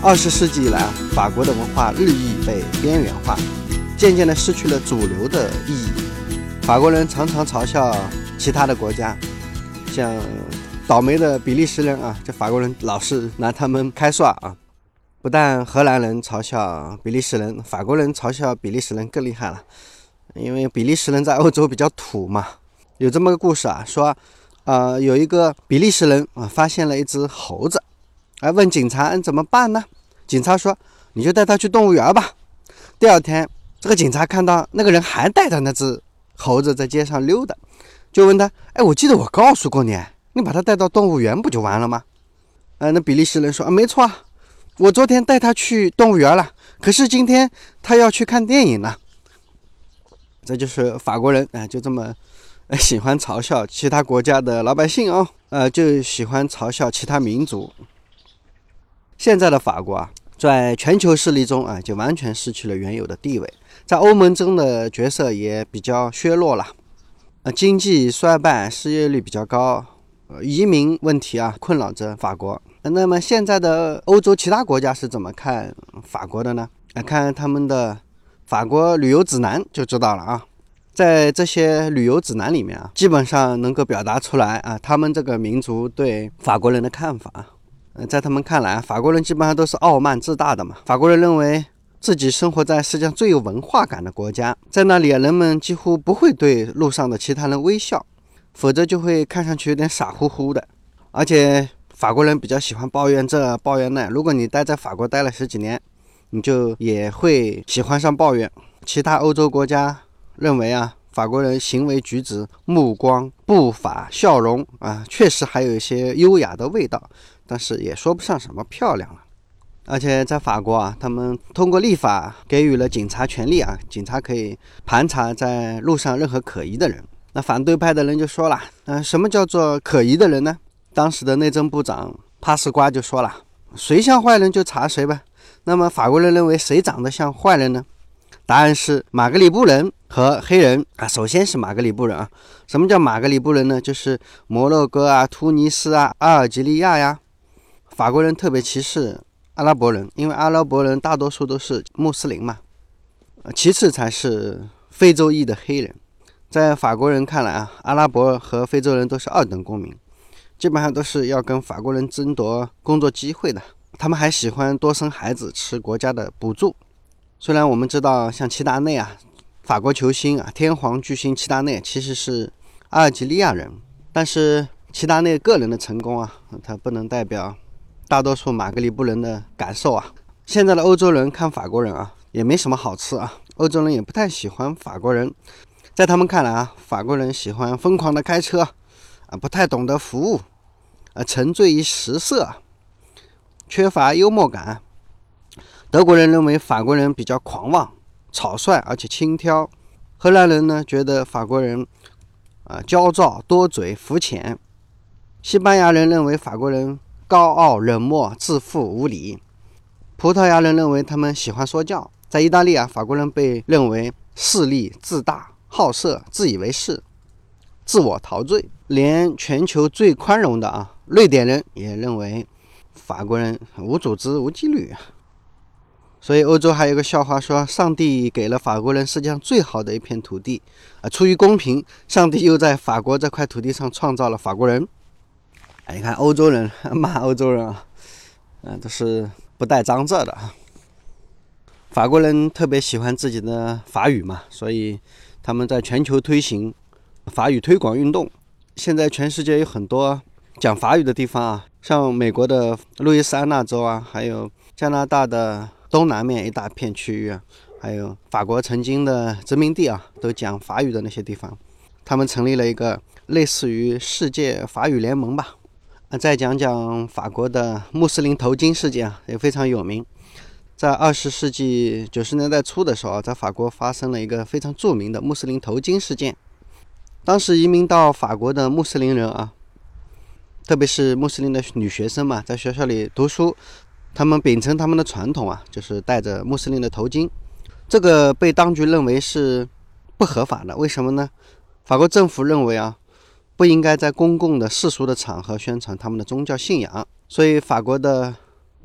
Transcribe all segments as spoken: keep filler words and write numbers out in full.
二十世纪以来，法国的文化日益被边缘化，渐渐地失去了主流的意义。法国人常常嘲笑其他的国家，像倒霉的比利时人啊，这法国人老是拿他们开耍啊。不但荷兰人嘲笑比利时人，法国人嘲笑比利时人更厉害了，因为比利时人在欧洲比较土嘛。有这么个故事啊，说呃，有一个比利时人啊发现了一只猴子，而问警察怎么办呢？警察说你就带他去动物园吧。第二天，这个警察看到那个人还带着那只猴子在街上溜达，就问他，哎，我记得我告诉过你，你把他带到动物园不就完了吗？呃，那比利时人说啊，没错啊，我昨天带他去动物园了，可是今天他要去看电影了。这就是法国人啊、呃，就这么、呃、喜欢嘲笑其他国家的老百姓哦，呃，就喜欢嘲笑其他民族。现在的法国啊，在全球势力中啊，就完全失去了原有的地位，在欧盟中的角色也比较削弱了。呃，经济衰败，失业率比较高，呃，移民问题啊困扰着法国。那么现在的欧洲其他国家是怎么看法国的呢？来看他们的法国旅游指南就知道了啊。在这些旅游指南里面啊，基本上能够表达出来啊，他们这个民族对法国人的看法。呃，在他们看来，法国人基本上都是傲慢自大的嘛。法国人认为自己生活在世界上最有文化感的国家，在那里人们几乎不会对路上的其他人微笑，否则就会看上去有点傻乎乎的。而且法国人比较喜欢抱怨这抱怨那，如果你待在法国待了十几年，你就也会喜欢上抱怨。其他欧洲国家认为啊，法国人行为举止、目光、步伐、笑容啊，确实还有一些优雅的味道，但是也说不上什么漂亮了。而且在法国啊，他们通过立法给予了警察权利啊，警察可以盘查在路上任何可疑的人。那反对派的人就说了，呃，什么叫做可疑的人呢？当时的内政部长帕斯瓜就说了，谁像坏人就查谁呗。那么法国人认为谁长得像坏人呢？答案是马格里布人和黑人啊。首先是马格里布人啊，什么叫马格里布人呢？就是摩洛哥啊、突尼斯啊、阿尔及利亚呀。法国人特别歧视阿拉伯人，因为阿拉伯人大多数都是穆斯林嘛。其次才是非洲裔的黑人。在法国人看来啊，阿拉伯和非洲人都是二等公民，基本上都是要跟法国人争夺工作机会的。他们还喜欢多生孩子，吃国家的补助。虽然我们知道像齐达内啊，法国球星啊，天皇巨星齐达内其实是阿尔及利亚人，但是齐达内个人的成功啊，他不能代表大多数马格里布人的感受啊。现在的欧洲人看法国人啊，也没什么好吃啊，欧洲人也不太喜欢法国人。在他们看来啊，法国人喜欢疯狂的开车啊，不太懂得服务啊，沉醉于食色，缺乏幽默感。德国人认为法国人比较狂妄、草率而且轻佻。荷兰人呢，觉得法国人啊焦躁、多嘴、肤浅。西班牙人认为法国人高傲、冷漠、自负、无礼。葡萄牙人认为他们喜欢说教。在意大利啊，法国人被认为势利、自大、好色、自以为是、自我陶醉。连全球最宽容的啊瑞典人也认为法国人无组织、无纪律。所以欧洲还有个笑话说，上帝给了法国人世界上最好的一片土地啊，出于公平，上帝又在法国这块土地上创造了法国人。哎，你看欧洲人骂欧洲人啊，呃，都是不带脏字的啊。法国人特别喜欢自己的法语嘛，所以他们在全球推行法语推广运动。现在全世界有很多讲法语的地方啊，像美国的路易斯安那州啊，还有加拿大的东南面一大片区域啊，还有法国曾经的殖民地啊，都讲法语的那些地方，他们成立了一个类似于世界法语联盟吧。再讲讲法国的穆斯林头巾事件啊，也非常有名。在二十世纪九十年代初的时候，在法国发生了一个非常著名的穆斯林头巾事件。当时移民到法国的穆斯林人啊，特别是穆斯林的女学生嘛，在学校里读书，他们秉承他们的传统啊，就是戴着穆斯林的头巾。这个被当局认为是不合法的。为什么呢？法国政府认为啊，不应该在公共的世俗的场合宣传他们的宗教信仰，所以法国的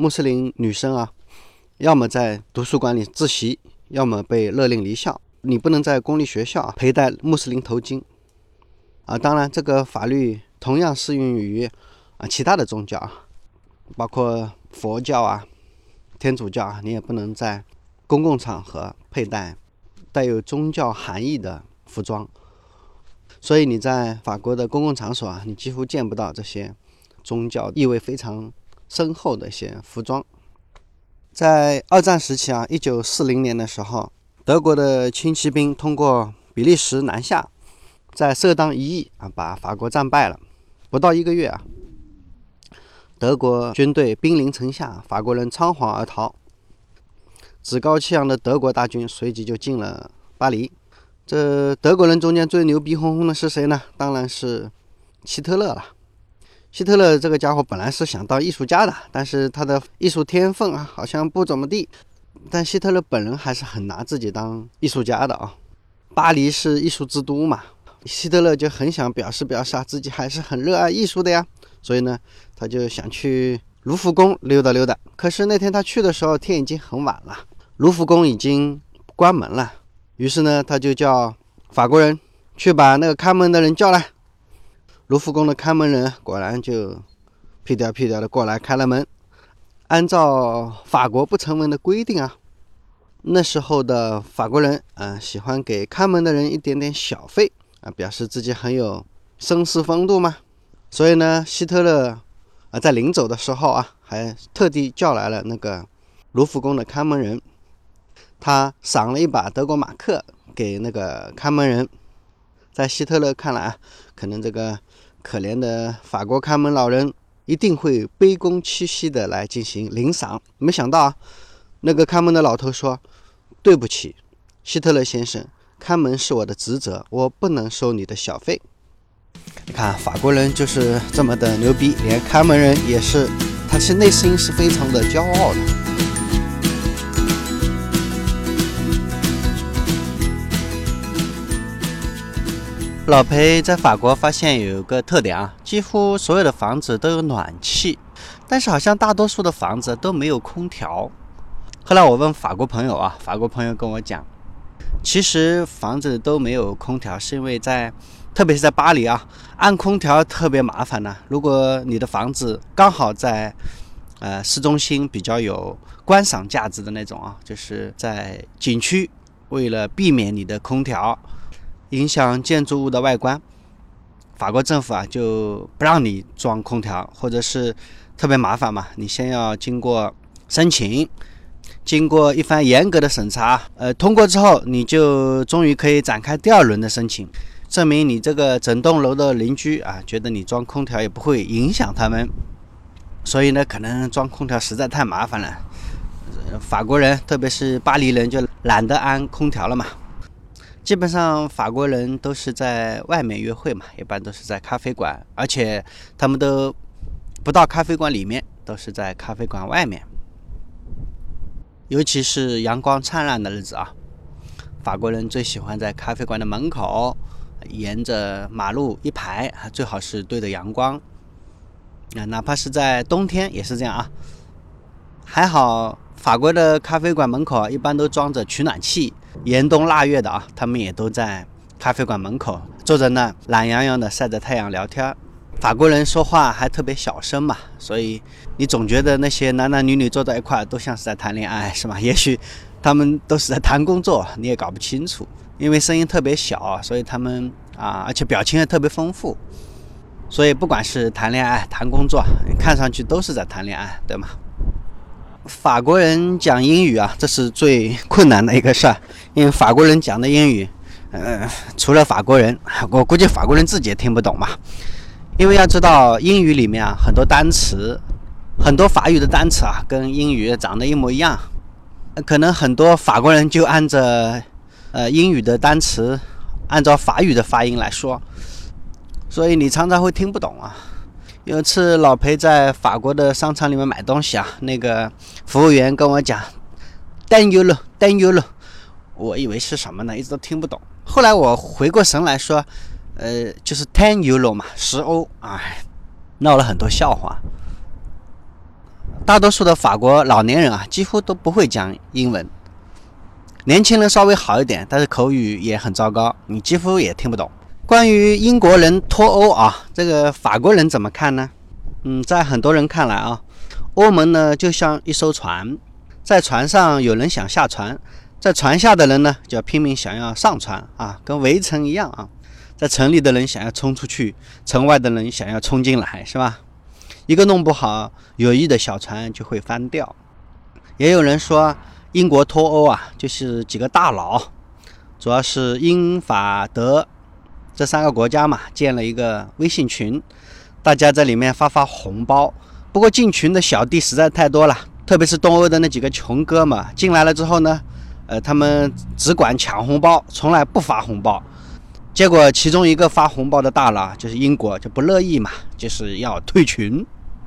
穆斯林女生啊，要么在图书馆里自习，要么被勒令离校。你不能在公立学校、啊、佩戴穆斯林头巾啊。当然，这个法律同样适用于啊其他的宗教啊，包括佛教啊、天主教啊，你也不能在公共场合佩戴带有宗教含义的服装。所以你在法国的公共场所啊，你几乎见不到这些宗教意味非常深厚的一些服装。在二战时期啊，一九四零年的时候，德国的轻骑兵通过比利时南下，在色当一役啊，把法国战败了。不到一个月啊，德国军队兵临城下，法国人仓皇而逃。趾高气扬的德国大军随即就进了巴黎。这德国人中间最牛逼哄哄的是谁呢？当然是希特勒了。希特勒这个家伙本来是想当艺术家的，但是他的艺术天分啊好像不怎么地。但希特勒本人还是很拿自己当艺术家的啊。巴黎是艺术之都嘛，希特勒就很想表示表示啊自己还是很热爱艺术的呀，所以呢他就想去卢浮宫溜达溜达。可是那天他去的时候天已经很晚了，卢浮宫已经关门了。于是呢他就叫法国人去把那个看门的人叫来。卢浮宫的看门人果然就屁颠屁颠的过来开了门。按照法国不成文的规定啊，那时候的法国人啊、呃、喜欢给看门的人一点点小费啊，表示自己很有绅士风度嘛。所以呢希特勒啊在临走的时候啊，还特地叫来了那个卢浮宫的看门人，他赏了一把德国马克给那个看门人。在希特勒看来啊，可能这个可怜的法国看门老人一定会卑躬屈膝的来进行领赏。没想到啊，那个看门的老头说：“对不起，希特勒先生，看门是我的职责，我不能收你的小费。”你看法国人就是这么的牛逼，连看门人也是，他其实内心是非常的骄傲的。老裴在法国发现有个特点啊，几乎所有的房子都有暖气，但是好像大多数的房子都没有空调。后来我问法国朋友啊，法国朋友跟我讲，其实房子都没有空调是因为在特别是在巴黎啊，安空调特别麻烦呢、啊。如果你的房子刚好在呃市中心比较有观赏价值的那种啊，就是在景区，为了避免你的空调影响建筑物的外观，法国政府啊就不让你装空调，或者是特别麻烦嘛，你先要经过申请，经过一番严格的审查，呃，通过之后你就终于可以展开第二轮的申请，证明你这个整栋楼的邻居啊觉得你装空调也不会影响他们。所以呢，可能装空调实在太麻烦了，法国人特别是巴黎人就懒得安空调了嘛。基本上法国人都是在外面约会嘛，一般都是在咖啡馆，而且他们都不到咖啡馆里面，都是在咖啡馆外面。尤其是阳光灿烂的日子啊，法国人最喜欢在咖啡馆的门口，沿着马路一排，最好是对着阳光。哪怕是在冬天也是这样啊。还好法国的咖啡馆门口一般都装着取暖器，严冬腊月的啊，他们也都在咖啡馆门口坐着呢，懒洋洋的晒着太阳聊天。法国人说话还特别小声嘛，所以你总觉得那些男男女女坐在一块都像是在谈恋爱，是吧？也许他们都是在谈工作，你也搞不清楚，因为声音特别小，所以他们啊，而且表情也特别丰富，所以不管是谈恋爱谈工作，看上去都是在谈恋爱，对吗？法国人讲英语啊，这是最困难的一个事儿，因为法国人讲的英语，呃，除了法国人，我估计法国人自己也听不懂嘛。因为要知道英语里面啊，很多单词，很多法语的单词啊，跟英语长得一模一样，可能很多法国人就按着呃英语的单词，按照法语的发音来说，所以你常常会听不懂啊。有一次老裴在法国的商场里面买东西啊，那个服务员跟我讲ten euro ten euro，我以为是什么呢，一直都听不懂。后来我回过神来说，呃，就是 ten euro 嘛，十欧，哎，闹了很多笑话。 大多数的法国老年人啊，几乎都不会讲英文。年轻人稍微好一点，但是口语也很糟糕，你几乎也听不懂。关于英国人脱欧啊，这个法国人怎么看呢？嗯，在很多人看来啊，欧盟呢就像一艘船，在船上有人想下船，在船下的人呢就要拼命想要上船啊，跟围城一样啊。在城里的人想要冲出去，城外的人想要冲进来，是吧？一个弄不好，友谊的小船就会翻掉。也有人说，英国脱欧啊，就是几个大佬，主要是英法德这三个国家嘛，建了一个微信群，大家在里面发发红包。不过进群的小弟实在太多了，特别是东欧的那几个穷哥们进来了之后呢，呃，他们只管抢红包，从来不发红包。结果其中一个发红包的大佬就是英国，就不乐意嘛，就是要退群。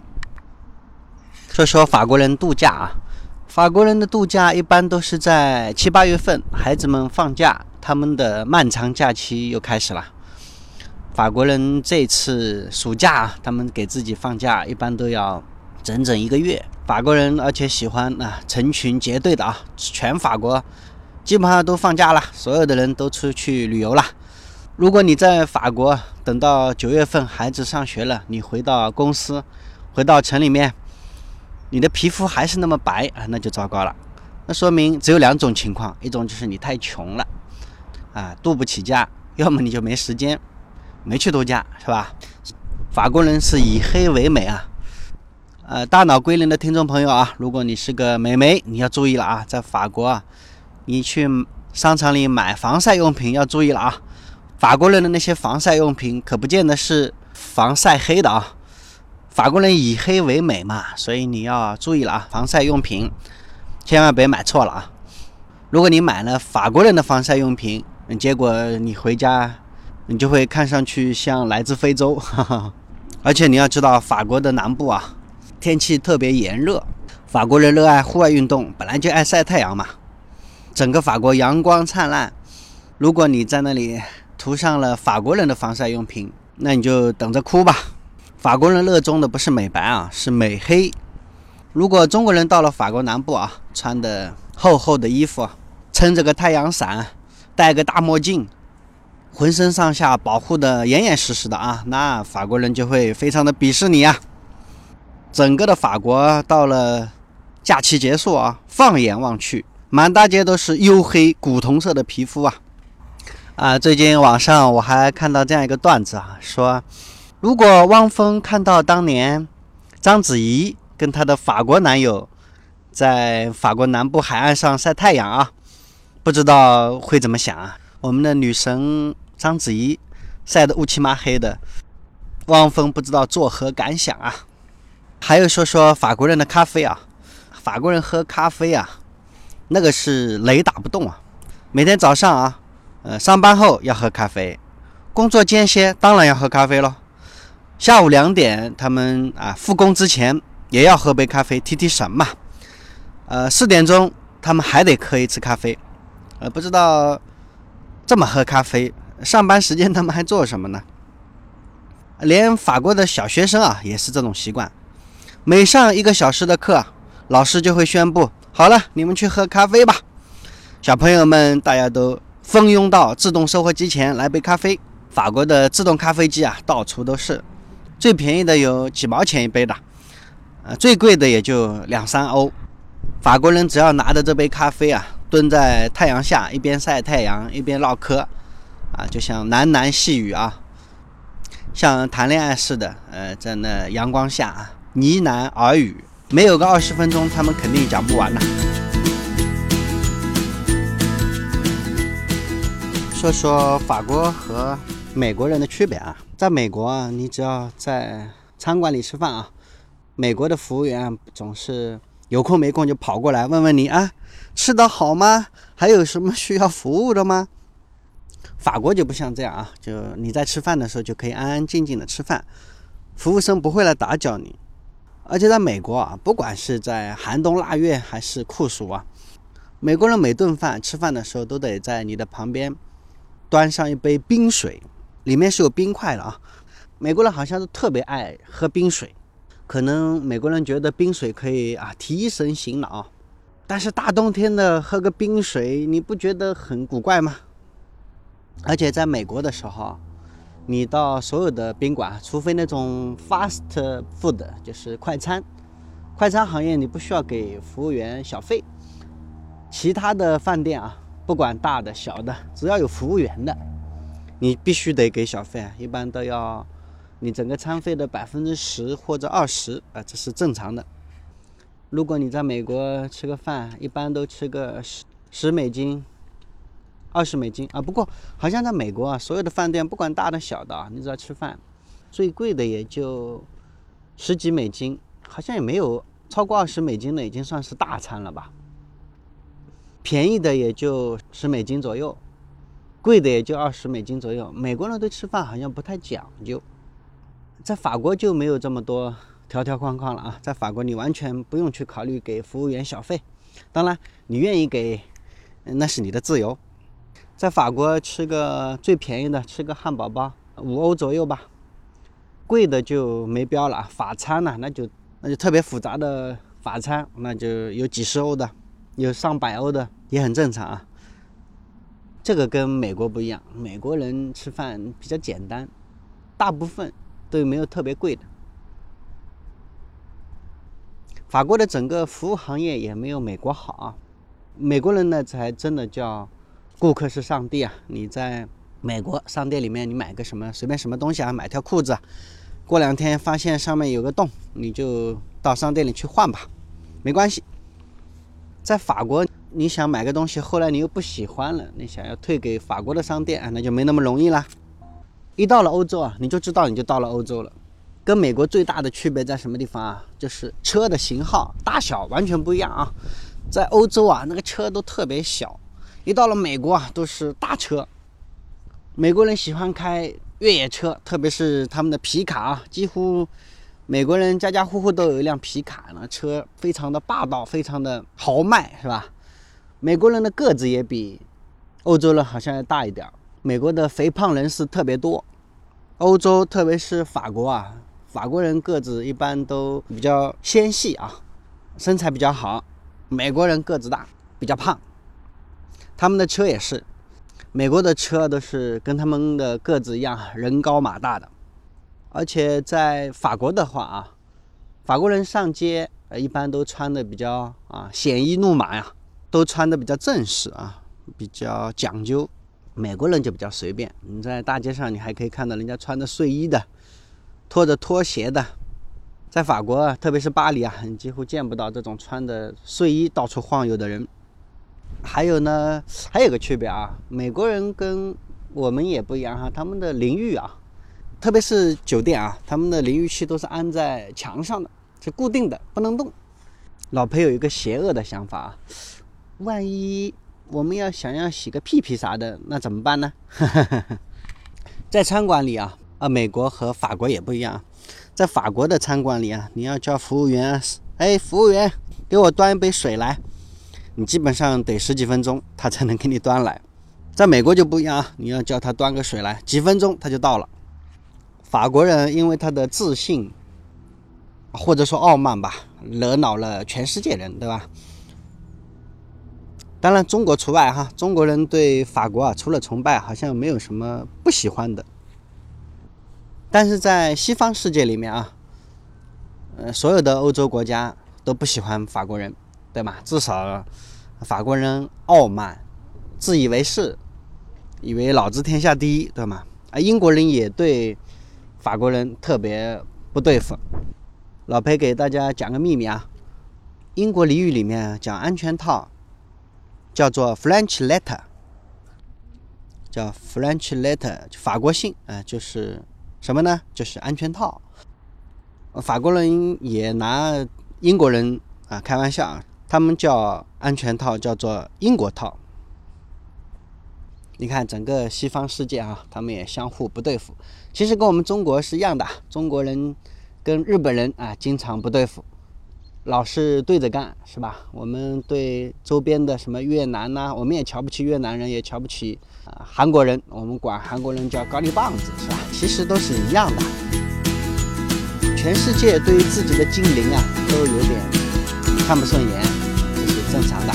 说说法国人度假啊，法国人的度假一般都是在七八月份，孩子们放假，他们的漫长假期又开始了。法国人这次暑假，他们给自己放假，一般都要整整一个月。法国人而且喜欢啊成群结队的啊，全法国基本上都放假了，所有的人都出去旅游了。如果你在法国等到九月份孩子上学了，你回到公司，回到城里面，你的皮肤还是那么白啊，那就糟糕了。那说明只有两种情况，一种就是你太穷了啊，度不起假，要么你就没时间，没去度假，是吧？法国人是以黑为美啊。呃，大脑归零的听众朋友啊，如果你是个美眉，你要注意了啊，在法国啊，你去商场里买防晒用品要注意了啊。法国人的那些防晒用品可不见得是防晒黑的啊。法国人以黑为美嘛，所以你要注意了啊，防晒用品千万别买错了啊。如果你买了法国人的防晒用品，结果你回家你就会看上去像来自非洲，哈哈。而且你要知道，法国的南部啊，天气特别炎热，法国人热爱户外运动，本来就爱晒太阳嘛，整个法国阳光灿烂。如果你在那里涂上了法国人的防晒用品，那你就等着哭吧。法国人热衷的不是美白啊，是美黑。如果中国人到了法国南部啊，穿的厚厚的衣服，撑着个太阳伞，戴个大墨镜，浑身上下保护的严严实实的啊，那法国人就会非常的鄙视你啊。整个的法国到了假期结束啊，放眼望去，满大街都是黝黑古铜色的皮肤啊。啊，最近网上我还看到这样一个段子啊，说如果汪峰看到当年章子怡跟她的法国男友在法国南部海岸上晒太阳啊，不知道会怎么想啊。我们的女神章子怡晒得乌漆麻黑的，汪峰不知道作何感想啊。还有说说法国人的咖啡啊，法国人喝咖啡啊，那个是雷打不动啊。每天早上啊呃，上班后要喝咖啡，工作间歇当然要喝咖啡咯。下午两点他们啊复工之前也要喝杯咖啡提提神嘛。呃，四点钟他们还得喝一次咖啡。呃，不知道这么喝咖啡，上班时间他们还做什么呢？连法国的小学生啊也是这种习惯，每上一个小时的课，老师就会宣布，好了，你们去喝咖啡吧。小朋友们大家都蜂拥到自动售货机前来杯咖啡。法国的自动咖啡机啊，到处都是，最便宜的有几毛钱一杯的，呃，最贵的也就两三欧。法国人只要拿着这杯咖啡啊，蹲在太阳下，一边晒太阳一边唠嗑，啊，就像喃喃细语啊，像谈恋爱似的，呃，在那阳光下啊呢喃耳语，没有个二十分钟，他们肯定讲不完了。说说法国和美国人的区别啊，在美国啊，你只要在餐馆里吃饭啊，美国的服务员总是有空没空就跑过来问问你啊，吃得好吗？还有什么需要服务的吗？法国就不像这样啊，就你在吃饭的时候就可以安安静静的吃饭，服务生不会来打搅你。而且在美国啊，不管是在寒冬腊月还是酷暑啊，美国人每顿饭吃饭的时候都得在你的旁边端上一杯冰水，里面是有冰块的啊。美国人好像是特别爱喝冰水， 可能美国人觉得冰水可以啊提神醒脑，但是大冬天的喝个冰水，你不觉得很古怪吗？而且在美国的时候，你到所有的宾馆，除非那种 fast food 就是快餐，快餐行业你不需要给服务员小费，其他的饭店啊，不管大的小的，只要有服务员的，你必须得给小费，一般都要你整个餐费的百分之十或者二十啊，这是正常的。如果你在美国吃个饭，一般都吃个十十美金、二十美金啊。不过好像在美国啊，所有的饭店不管大的小的啊，你只要吃饭，最贵的也就十几美金，好像也没有超过二十美金的，已经算是大餐了吧。便宜的也就十美金左右，贵的也就二十美金左右。美国人对吃饭好像不太讲究，在法国就没有这么多条条框框了啊！在法国你完全不用去考虑给服务员小费，当然你愿意给那是你的自由。在法国吃个最便宜的吃个汉堡包五欧左右吧，贵的就没标了。法餐呢、啊，那就那就特别复杂的法餐，那就有几十欧的，有上百欧的，也很正常啊。这个跟美国不一样，美国人吃饭比较简单，大部分都没有特别贵的。法国的整个服务行业也没有美国好啊。美国人呢才真的叫顾客是上帝啊！你在美国商店里面，你买个什么随便什么东西啊，买条裤子，过两天发现上面有个洞，你就到商店里去换吧，没关系。在法国，你想买个东西，后来你又不喜欢了，你想要退给法国的商店啊，那就没那么容易啦。一到了欧洲啊，你就知道你就到了欧洲了。跟美国最大的区别在什么地方啊？就是车的型号大小完全不一样啊。在欧洲啊，那个车都特别小，一到了美国啊，都是大车。美国人喜欢开越野车，特别是他们的皮卡啊，几乎美国人家家户户都有一辆皮卡呢，车非常的霸道，非常的豪迈，是吧？美国人的个子也比欧洲人好像要大一点，美国的肥胖人士特别多。欧洲特别是法国啊，法国人个子一般都比较纤细啊，身材比较好。美国人个子大，比较胖。他们的车也是，美国的车都是跟他们的个子一样，人高马大的。而且在法国的话啊，法国人上街呃一般都穿的比较啊鲜衣怒马呀，都穿的比较正式啊，比较讲究。美国人就比较随便，你在大街上你还可以看到人家穿着睡衣的，拖着拖鞋的。在法国特别是巴黎啊，你几乎见不到这种穿着睡衣到处晃悠的人。还有呢，还有个区别啊，美国人跟我们也不一样哈、啊，他们的淋浴啊，特别是酒店啊，他们的淋浴器都是安在墙上的，是固定的，不能动。老裴有一个邪恶的想法啊，万一我们要想要洗个屁屁啥的，那怎么办呢？在餐馆里啊，啊，美国和法国也不一样。在法国的餐馆里啊，你要叫服务员，哎，服务员，给我端一杯水来，你基本上得十几分钟，他才能给你端来。在美国就不一样啊，你要叫他端个水来，几分钟他就到了。法国人因为他的自信，或者说傲慢吧，惹恼了全世界人，对吧？当然中国除外哈，中国人对法国啊，除了崇拜，好像没有什么不喜欢的。但是在西方世界里面啊，呃，所有的欧洲国家都不喜欢法国人，对吗？至少法国人傲慢，自以为是，以为老子天下第一，对吗？而英国人也对法国人特别不对付。老裴给大家讲个秘密啊，英国俚语里面讲安全套叫做 French letter， 叫 French letter， 法国信啊、呃，就是什么呢？就是安全套。法国人也拿英国人啊开玩笑，他们叫安全套叫做英国套。你看整个西方世界啊，他们也相互不对付。其实跟我们中国是一样的，中国人跟日本人啊经常不对付，老是对着干，是吧？我们对周边的什么越南呐、啊，我们也瞧不起越南人，也瞧不起啊韩国人，我们管韩国人叫高丽棒子，是吧？其实都是一样的。 全世界对于自己的精灵啊都有点看不顺眼，这是正常的。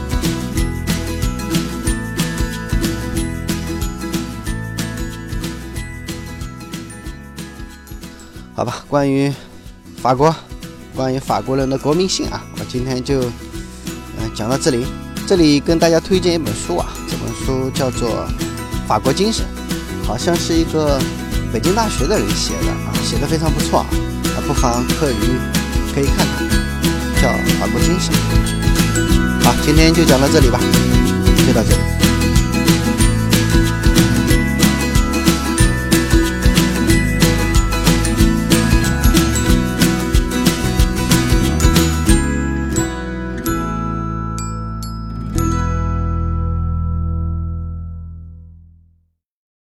好吧，关于法国，关于法国人的国民性啊，我今天就嗯、呃、讲到这里。这里跟大家推荐一本书啊，这本书叫做《法国精神》，好像是一个北京大学的人写的啊，写的非常不错啊，啊不妨课余可以看看，叫《法国精神》。好，今天就讲到这里吧，就到这里。